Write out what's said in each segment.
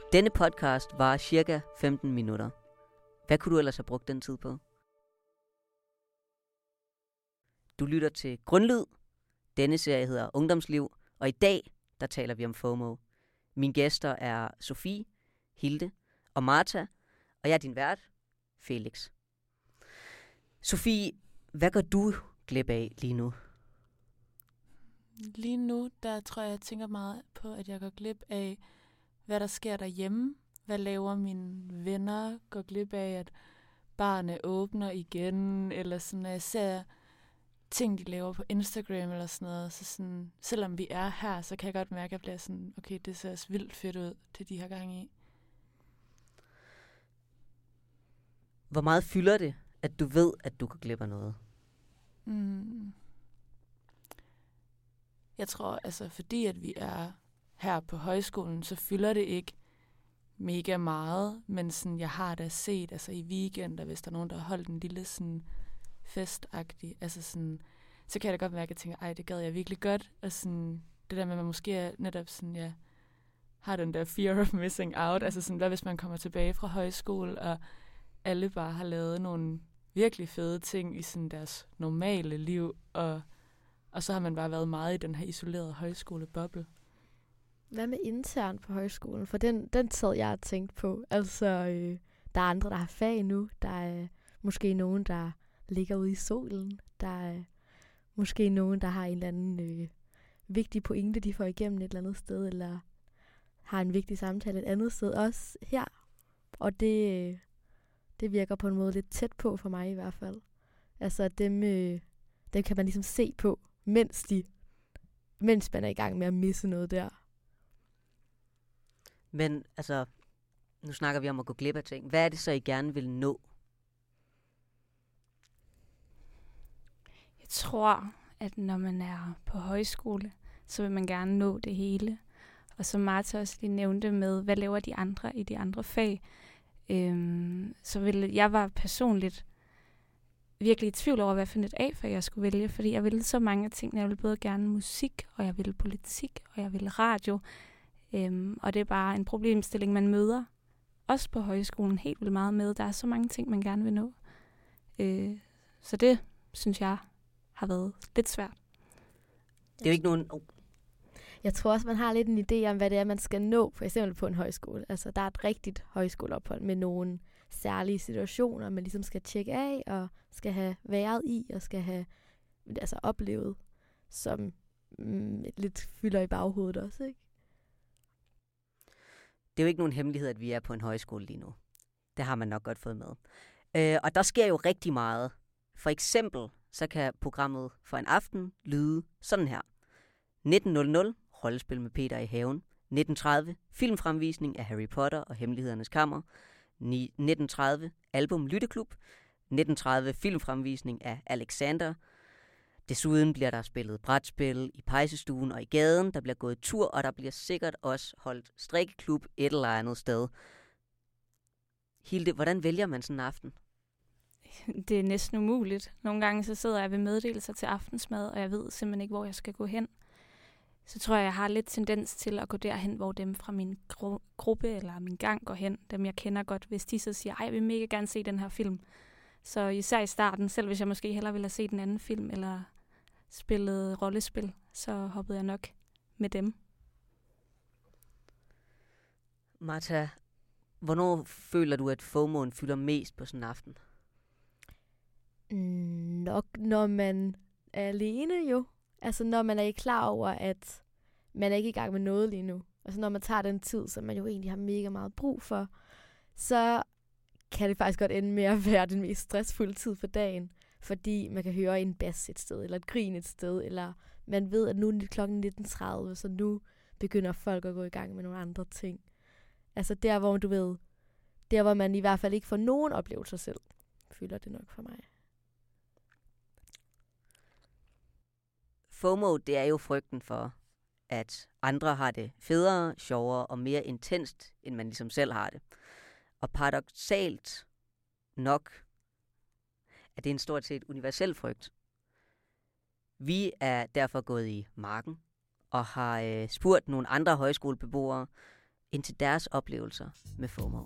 Denne podcast var cirka 15 minutter. Hvad kunne du ellers have brugt den tid på? Du lytter til Grundlyd. Denne serie hedder Ungdomsliv, og i dag, der taler vi om FOMO. Mine gæster er Sofie, Hilde og Martha, og jeg er din vært, Felix. Sofie, hvad går du glip af lige nu? Lige nu, der tror jeg tænker meget på, at jeg går glip af, hvad der sker derhjemme. Hvad laver mine venner? Går glip af, at barne åbner igen, eller sådan, at jeg ser ting, de laver på Instagram eller sådan noget. Så sådan, selvom vi er her, så kan jeg godt mærke, at jeg bliver sådan, okay, det ser også vildt fedt ud, det de har gang i. Hvor meget fylder det, at du ved, at du går glip af noget? Jeg tror, altså fordi at vi er her på højskolen, så fylder det ikke mega meget, men sådan, jeg har da set, altså i weekender, hvis der er nogen, der har holdt en lille sådan festagtig, altså sådan, så kan jeg da godt mærke, at jeg tænker, ej, det gad jeg virkelig godt, og sådan, det der med, at man måske er netop sådan, ja, har den der fear of missing out, altså sådan, hvad hvis man kommer tilbage fra højskole, og alle bare har lavet nogle virkelig fede ting i sådan deres normale liv, og så har man bare været meget i den her isolerede højskoleboble. Hvad med intern på højskolen? For den sad jeg og tænkt på. Altså, der er andre, der har fag nu. Der er måske nogen, der ligger ude i solen. Der er måske nogen, der har en eller anden vigtig pointe, de får igennem et eller andet sted, eller har en vigtig samtale et andet sted. Også her. Og det virker på en måde lidt tæt på for mig i hvert fald. Altså, dem kan man ligesom se på, mens man er i gang med at misse noget der. Men altså, nu snakker vi om at gå glip af ting. Hvad er det så, I gerne vil nå? Jeg tror, at når man er på højskole, så vil man gerne nå det hele. Og som Martha også lige nævnte med, hvad laver de andre i de andre fag, så ville jeg var personligt virkelig i tvivl over, hvad for et A-fag jeg skulle vælge, fordi jeg ville så mange ting. Jeg ville både gerne musik, og jeg ville politik, og jeg ville radio. Og det er bare en problemstilling, man møder. Også på højskolen helt vildt meget med. Der er så mange ting, man gerne vil nå. Så det, synes jeg, har været lidt svært. Det er jo ikke nogen... Jeg tror også, man har lidt en idé om, hvad det er, man skal nå, for eksempel på en højskole. Altså, der er et rigtigt højskoleophold med nogle særlige situationer, man ligesom skal tjekke af, og skal have været i, og skal have oplevet, som lidt fylder i baghovedet også, ikke? Det er jo ikke nogen hemmelighed, at vi er på en højskole lige nu. Det har man nok godt fået med. Og der sker jo rigtig meget. For eksempel, så kan programmet for en aften lyde sådan her. 19.00, rollespil med Peter i haven. 19.30, filmfremvisning af Harry Potter og Hemmelighedernes Kammer. 19.30, album Lytteklub. 19.30, filmfremvisning af Alexander. Desuden bliver der spillet brætspil i pejsestuen og i gaden. Der bliver gået tur, og der bliver sikkert også holdt strikkeklub et eller andet sted. Hilde, hvordan vælger man sådan en aften? Det er næsten umuligt. Nogle gange så sidder jeg ved meddelelser til aftensmad, og jeg ved simpelthen ikke, hvor jeg skal gå hen. Så tror jeg har lidt tendens til at gå derhen, hvor dem fra min gruppe eller min gang går hen. Dem jeg kender godt, hvis de så siger, ej, jeg vil mega gerne se den her film. Så især i starten, selv hvis jeg måske hellere ville have set en anden film, eller spillet rollespil, så hoppede jeg nok med dem. Martha, hvornår føler du, at FOMO'en fylder mest på sådan en aften? Nok når man er alene jo. Altså når man er klar over, at man er ikke i gang med noget lige nu. Altså når man tager den tid, som man jo egentlig har mega meget brug for, så kan det faktisk godt ende med at være den mest stressfulde tid på dagen. Fordi man kan høre en bas et sted, eller et grin et sted, eller man ved, at nu er det klokken 19.30, så nu begynder folk at gå i gang med nogle andre ting. Altså der, hvor du ved, der hvor man i hvert fald ikke får nogen oplevelser selv, fylder det nok for mig. FOMO, det er jo frygten for, at andre har det federe, sjovere og mere intenst, end man ligesom selv har det. Og paradoksalt nok, at det er en stort set universel frygt. Vi er derfor gået i marken og har spurgt nogle andre højskolebeboere, ind til deres oplevelser med FOMO.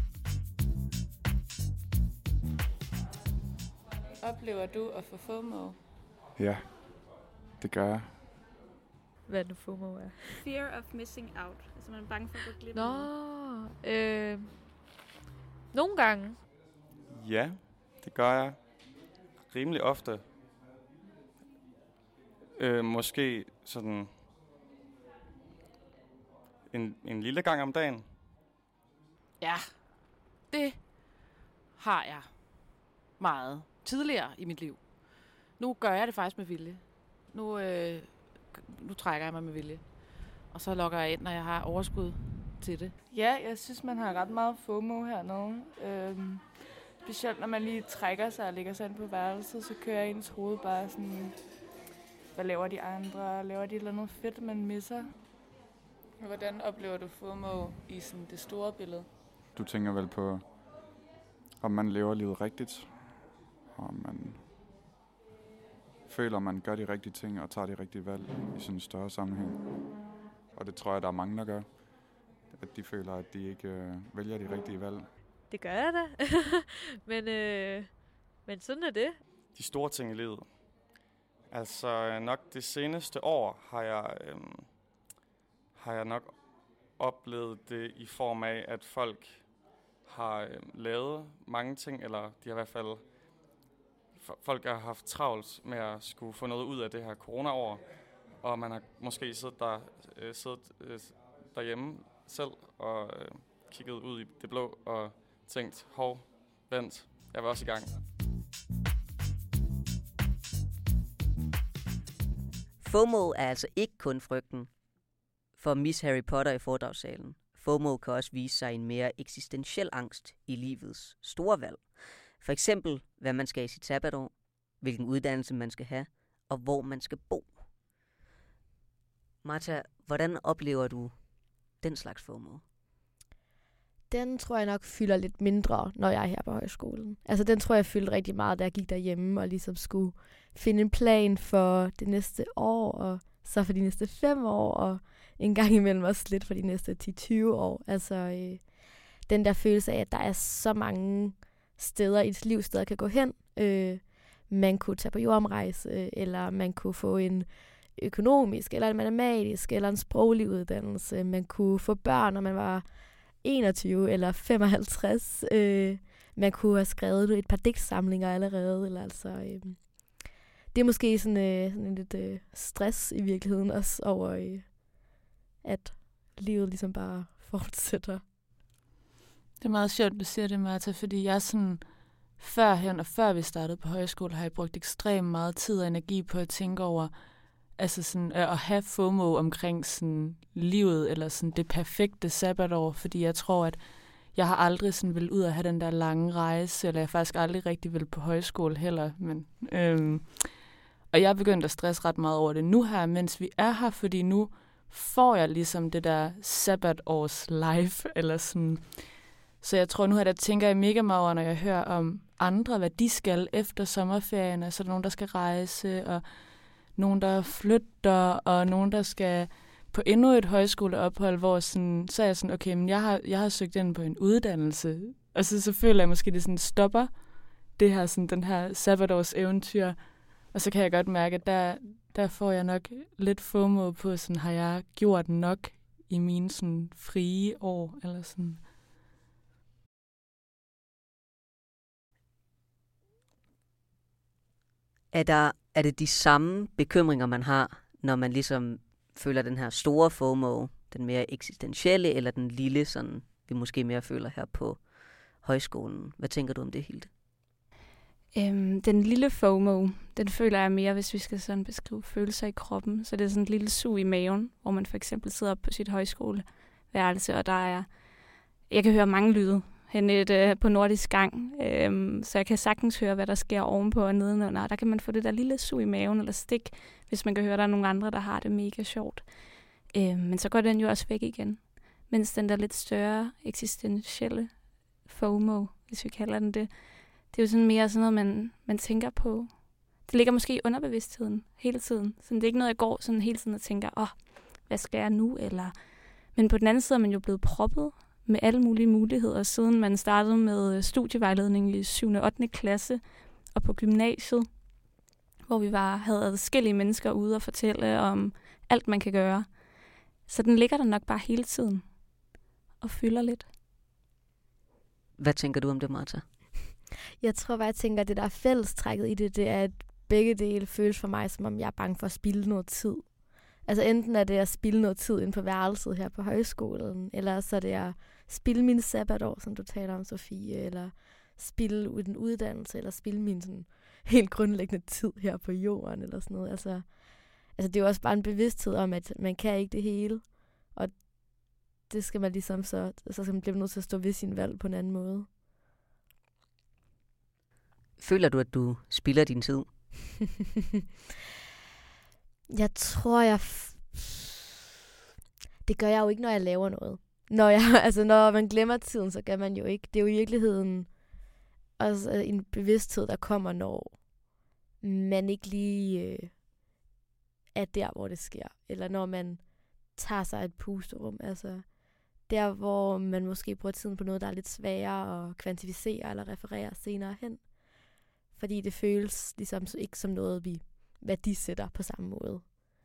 Oplever du at få FOMO? Ja, det gør jeg. Hvad nu FOMO er? Fear of missing out. Altså man er bange for at gå glip Nå, af noget. nogle gange. Ja, det gør jeg. Rimelig ofte. Måske sådan en lille gang om dagen. Ja, det har jeg meget tidligere i mit liv. Nu gør jeg det faktisk med vilje. Nu trækker jeg mig med vilje. Og så logger jeg ind, når jeg har overskud til det. Ja, jeg synes, man har ret meget FOMO hernede. Specielt når man lige trækker sig og lægger sig ind på værelset, så kører ens hoved bare sådan, hvad laver de andre? Laver de et eller andet fedt, man misser? Hvordan oplever du FOMO i sådan det store billede? Du tænker vel på, om man lever livet rigtigt, og om man føler, at man gør de rigtige ting og tager de rigtige valg i sådan en større sammenhæng. Og det tror jeg, der er mange, der gør. At de føler, at de ikke vælger de rigtige valg. Det gør jeg da. men sådan er det. De store ting i livet. Altså nok det seneste år har jeg nok oplevet det i form af, at folk har lavet mange ting, eller de har i hvert fald folk har haft travlt med at skulle få noget ud af det her corona-år, og man har måske siddet derhjemme selv og kigget ud i det blå og tænkt, vent, jeg var også i gang. FOMO er altså ikke kun frygten for Miss Harry Potter i foredragssalen. FOMO kan også vise sig en mere eksistentiel angst i livets store valg. For eksempel, hvad man skal i sit sabbatår, hvilken uddannelse man skal have, og hvor man skal bo. Martha, hvordan oplever du den slags FOMO? Den tror jeg nok fylder lidt mindre, når jeg er her på højskolen. Altså den tror jeg fyldte rigtig meget, da jeg gik derhjemme og ligesom skulle finde en plan for det næste år, og så for de næste 5 år, og en gang imellem også lidt for de næste 10-20 år. Altså den der følelse af, at der er så mange steder i et liv, steder kan gå hen. Man kunne tage på jordomrejse, eller man kunne få en økonomisk, eller en matematisk, eller en sproglig uddannelse. Man kunne få børn, når man var 21 eller 55. Man kunne have skrevet et par digtsamlinger allerede. Eller altså, det er måske sådan en lidt stress i virkeligheden også over, at livet ligesom bare fortsætter. Det er meget sjovt, du siger det, Martha, fordi jeg sådan førhen og før vi startede på højskole, har jeg brugt ekstremt meget tid og energi på at tænke over, altså sådan at have FOMO omkring sådan livet eller sådan det perfekte sabbatår, fordi jeg tror, at jeg har aldrig sådan vil ud og have den der lange rejse, eller jeg faktisk aldrig rigtig vil på højskole heller, men og jeg er begyndt at stresse ret meget over det nu her, mens vi er her, fordi nu får jeg ligesom det der sabbatårs life, eller sådan. Så jeg tror nu her, der tænker jeg mega meget over, når jeg hører om andre, hvad de skal efter sommerferien, og så er der nogen, der skal rejse, og nogen, der flytter, og nogen, der skal på endnu et højskoleophold, hvor sådan, så er jeg sådan, okay, men jeg har søgt ind på en uddannelse, og så føler jeg måske, det sådan stopper det her, sådan, den her sabbatårs eventyr, og så kan jeg godt mærke, at der får jeg nok lidt FOMO på, sådan, har jeg gjort nok i mine sådan frie år, eller sådan. Er det de samme bekymringer, man har, når man ligesom føler den her store FOMO, den mere eksistentielle, eller den lille, sådan vi måske mere føler her på højskolen? Hvad tænker du om det, Hilde? Den lille FOMO, den føler jeg mere, hvis vi skal sådan beskrive følelser i kroppen. Så det er sådan et lille sug i maven, hvor man for eksempel sidder på sit højskoleværelse, og jeg kan høre mange lyde henne på nordisk gang, så jeg kan sagtens høre, hvad der sker ovenpå og nedenunder. Der kan man få det der lille sug i maven eller stik, hvis man kan høre, der er nogle andre, der har det mega sjovt. Men så går den jo også væk igen. Mens den der lidt større eksistentielle FOMO, hvis vi kalder den det, det er jo sådan mere sådan noget, man tænker på. Det ligger måske i underbevidstheden hele tiden. Så det er ikke noget, jeg går sådan hele tiden og tænker, hvad skal jeg nu? Eller Men på den anden side er man jo blevet proppet med alle mulige muligheder, siden man startede med studievejledning i 7. og 8. klasse og på gymnasiet, hvor vi havde adskillige mennesker ude og fortælle om alt, man kan gøre. Så den ligger der nok bare hele tiden og fylder lidt. Hvad tænker du om det, Martha? Jeg tror bare, jeg tænker, at det der er fællestrækket i det er, at begge dele føles for mig, som om jeg er bange for at spilde noget tid. Altså enten er det at spilde noget tid inde på værelset her på højskolen, eller så er det at spilde min sabbatår, som du taler om, Sofie, eller spilde en uddannelse, eller spilde min sådan helt grundlæggende tid her på jorden, eller sådan noget. Altså det er jo også bare en bevidsthed om, at man kan ikke det hele, og det skal man ligesom så skal man blive nødt til at stå ved sin valg på en anden måde. Føler du, at du spilder din tid? Jeg tror, det gør jeg jo ikke, når jeg laver noget. Når man glemmer tiden, så gør man jo ikke. Det er jo i virkeligheden også en bevidsthed, der kommer, når man ikke lige er der, hvor det sker. Eller når man tager sig et pusterum. Altså der, hvor man måske bruger tiden på noget, der er lidt sværere at kvantificere eller referere senere hen. Fordi det føles ligesom ikke som noget, vi værdisætter på samme måde.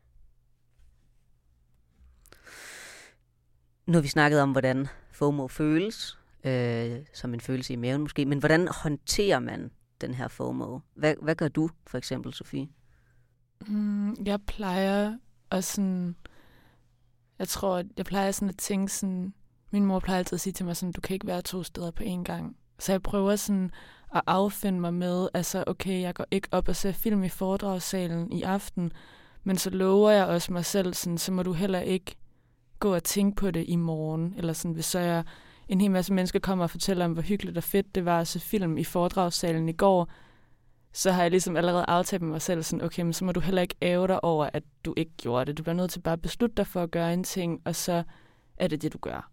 Nu har vi snakket om, hvordan FOMO føles, som en følelse i maven måske, men hvordan håndterer man den her FOMO? Hvad gør du, for eksempel, Sofie? Jeg plejer at sådan... Jeg plejer sådan at tænke sådan... Min mor plejer altid at sige til mig sådan, du kan ikke være 2 steder på én gang. Så jeg prøver sådan at affinde mig med, altså okay, jeg går ikke op og ser film i foredragssalen i aften, men så lover jeg også mig selv sådan, så må du heller ikke gå og tænke på det i morgen. Eller sådan, hvis så en hel masse mennesker kommer og fortæller om, hvor hyggeligt og fedt det var at se film i foredragssalen i går, så har jeg ligesom allerede aftalt med mig selv sådan, okay, men så må du heller ikke ære dig over, at du ikke gjorde det. Du bliver nødt til bare at beslutte dig for at gøre en ting, og så er det, du gør.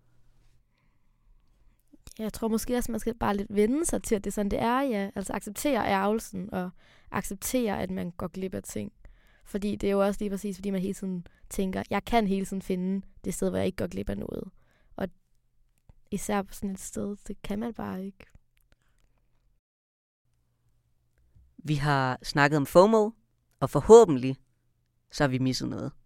Jeg tror måske også, man skal bare lidt vende sig til, at det er sådan, det er, ja. Altså acceptere ærgelsen, og acceptere, at man går glip af ting. Fordi det er jo også lige præcis, fordi man hele tiden tænker, jeg kan hele tiden finde det sted, hvor jeg ikke går glip af noget. Og især på sådan et sted, det kan man bare ikke. Vi har snakket om FOMO, og forhåbentlig så har vi misset noget.